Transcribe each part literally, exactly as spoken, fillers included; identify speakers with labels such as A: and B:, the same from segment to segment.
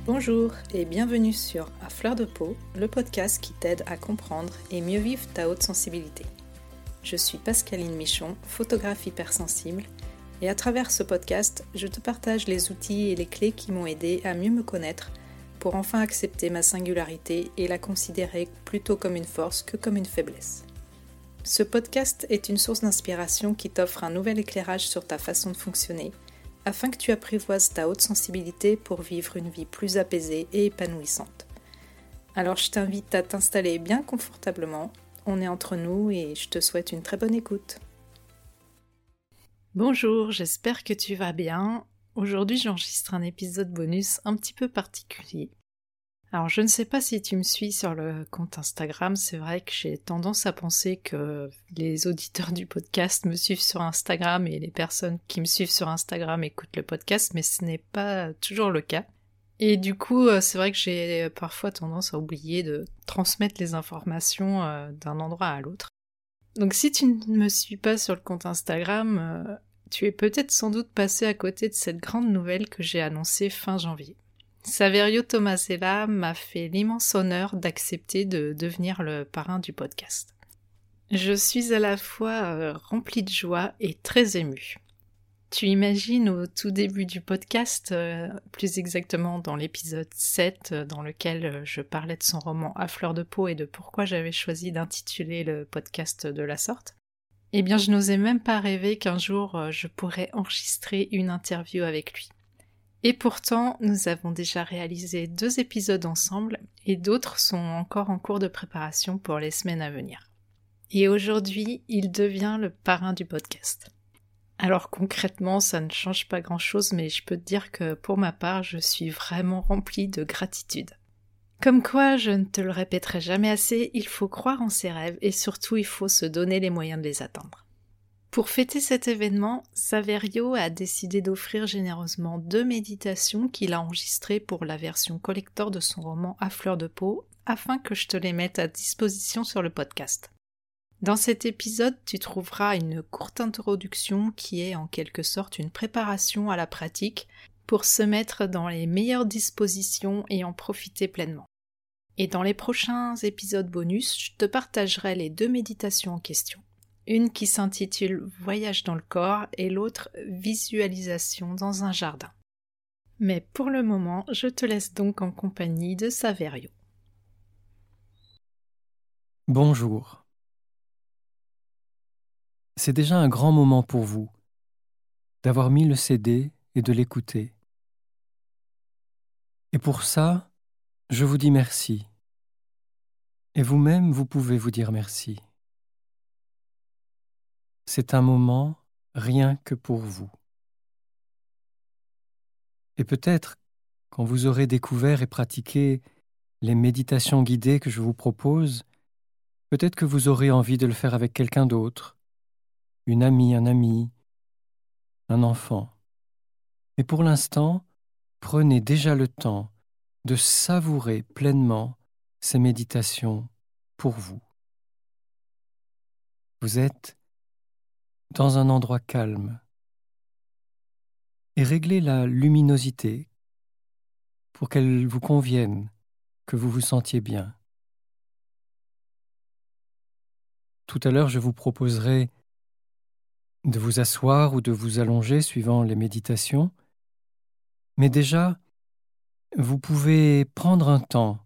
A: Bonjour et bienvenue sur À Fleur de Peau, le podcast qui t'aide à comprendre et mieux vivre ta haute sensibilité. Je suis Pascaline Michon, photographe hypersensible, et à travers ce podcast, je te partage les outils et les clés qui m'ont aidé à mieux me connaître pour enfin accepter ma singularité et la considérer plutôt comme une force que comme une faiblesse. Ce podcast est une source d'inspiration qui t'offre un nouvel éclairage sur ta façon de fonctionner, afin que tu apprivoises ta haute sensibilité pour vivre une vie plus apaisée et épanouissante. Alors je t'invite à t'installer bien confortablement, on est entre nous et je te souhaite une très bonne écoute. Bonjour, j'espère que tu vas bien. Aujourd'hui j'enregistre un épisode bonus un petit peu particulier. Alors je ne sais pas si tu me suis sur le compte Instagram, c'est vrai que j'ai tendance à penser que les auditeurs du podcast me suivent sur Instagram et les personnes qui me suivent sur Instagram écoutent le podcast, mais ce n'est pas toujours le cas. Et du coup, c'est vrai que j'ai parfois tendance à oublier de transmettre les informations d'un endroit à l'autre. Donc si tu ne me suis pas sur le compte Instagram, tu es peut-être sans doute passé à côté de cette grande nouvelle que j'ai annoncée fin janvier. Saverio Tomasella m'a fait l'immense honneur d'accepter de devenir le parrain du podcast. Je suis à la fois euh, remplie de joie et très émue. Tu imagines au tout début du podcast, euh, plus exactement dans l'épisode sept, euh, dans lequel euh, je parlais de son roman À Fleur de Peau et de pourquoi j'avais choisi d'intituler le podcast de la sorte, eh bien je n'osais même pas rêver qu'un jour euh, je pourrais enregistrer une interview avec lui. Et pourtant, nous avons déjà réalisé deux épisodes ensemble et d'autres sont encore en cours de préparation pour les semaines à venir. Et aujourd'hui, il devient le parrain du podcast. Alors concrètement, ça ne change pas grand-chose, mais je peux te dire que pour ma part, je suis vraiment remplie de gratitude. Comme quoi, je ne te le répéterai jamais assez, il faut croire en ses rêves et surtout il faut se donner les moyens de les atteindre. Pour fêter cet événement, Saverio a décidé d'offrir généreusement deux méditations qu'il a enregistrées pour la version collector de son roman À Fleur de Peau, afin que je te les mette à disposition sur le podcast. Dans cet épisode, tu trouveras une courte introduction qui est en quelque sorte une préparation à la pratique pour se mettre dans les meilleures dispositions et en profiter pleinement. Et dans les prochains épisodes bonus, je te partagerai les deux méditations en question. Une qui s'intitule « Voyage dans le corps » et l'autre « Visualisation dans un jardin ». Mais pour le moment, je te laisse donc en compagnie de Saverio.
B: Bonjour. C'est déjà un grand moment pour vous d'avoir mis le C D et de l'écouter. Et pour ça, je vous dis merci. Et vous-même, vous pouvez vous dire merci. C'est un moment rien que pour vous. Et peut-être, quand vous aurez découvert et pratiqué les méditations guidées que je vous propose, peut-être que vous aurez envie de le faire avec quelqu'un d'autre, une amie, un ami, un enfant. Mais pour l'instant, prenez déjà le temps de savourer pleinement ces méditations pour vous. Vous êtes dans un endroit calme et réglez la luminosité pour qu'elle vous convienne, que vous vous sentiez bien. Tout à l'heure, je vous proposerai de vous asseoir ou de vous allonger suivant les méditations, mais déjà, vous pouvez prendre un temps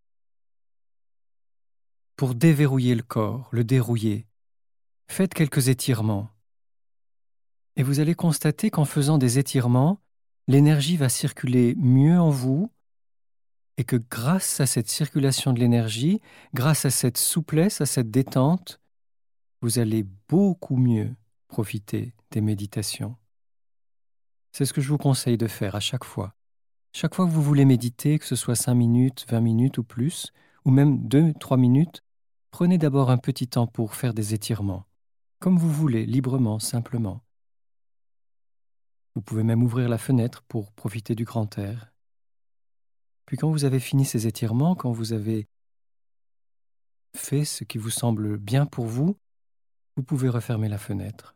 B: pour déverrouiller le corps, le dérouiller. Faites quelques étirements. Et vous allez constater qu'en faisant des étirements, l'énergie va circuler mieux en vous et que grâce à cette circulation de l'énergie, grâce à cette souplesse, à cette détente, vous allez beaucoup mieux profiter des méditations. C'est ce que je vous conseille de faire à chaque fois. Chaque fois que vous voulez méditer, que ce soit cinq minutes, vingt minutes ou plus, ou même deux, trois minutes, prenez d'abord un petit temps pour faire des étirements, comme vous voulez, librement, simplement. Vous pouvez même ouvrir la fenêtre pour profiter du grand air. Puis quand vous avez fini ces étirements, quand vous avez fait ce qui vous semble bien pour vous, vous pouvez refermer la fenêtre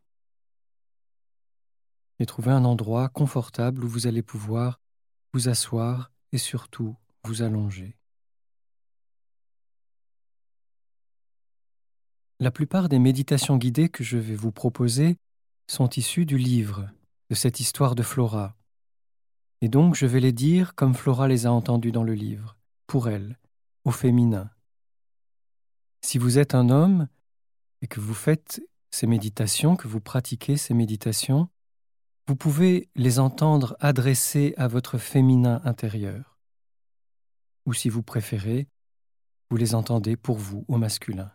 B: et trouver un endroit confortable où vous allez pouvoir vous asseoir et surtout vous allonger. La plupart des méditations guidées que je vais vous proposer sont issues du livre, de cette histoire de Flora. Et donc je vais les dire comme Flora les a entendues dans le livre, pour elle, au féminin. Si vous êtes un homme et que vous faites ces méditations, que vous pratiquez ces méditations, vous pouvez les entendre adressées à votre féminin intérieur. Ou si vous préférez, vous les entendez pour vous, au masculin.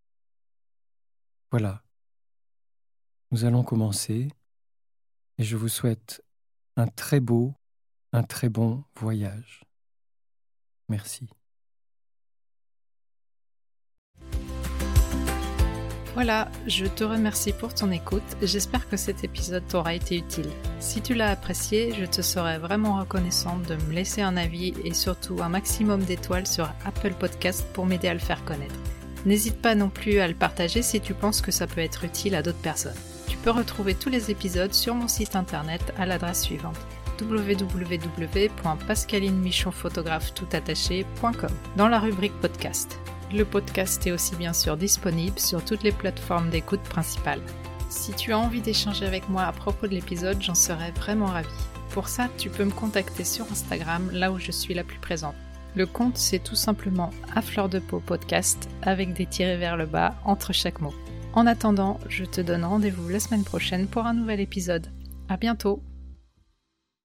B: Voilà. Nous allons commencer et je vous souhaite un très beau, un très bon voyage. Merci.
A: Voilà, je te remercie pour ton écoute. J'espère que cet épisode t'aura été utile. Si tu l'as apprécié, je te serais vraiment reconnaissante de me laisser un avis et surtout un maximum d'étoiles sur Apple Podcast pour m'aider à le faire connaître. N'hésite pas non plus à le partager si tu penses que ça peut être utile à d'autres personnes. Tu peux retrouver tous les épisodes sur mon site internet à l'adresse suivante w w w point pascaline michon photographe tout attaché point com dans la rubrique podcast. Le podcast est aussi bien sûr disponible sur toutes les plateformes d'écoute principales. Si tu as envie d'échanger avec moi à propos de l'épisode, j'en serais vraiment ravie. Pour ça, tu peux me contacter sur Instagram, là où je suis la plus présente. Le compte, c'est tout simplement à fleur de peau podcast avec des tirés vers le bas entre chaque mot. En attendant, je te donne rendez-vous la semaine prochaine pour un nouvel épisode. À bientôt!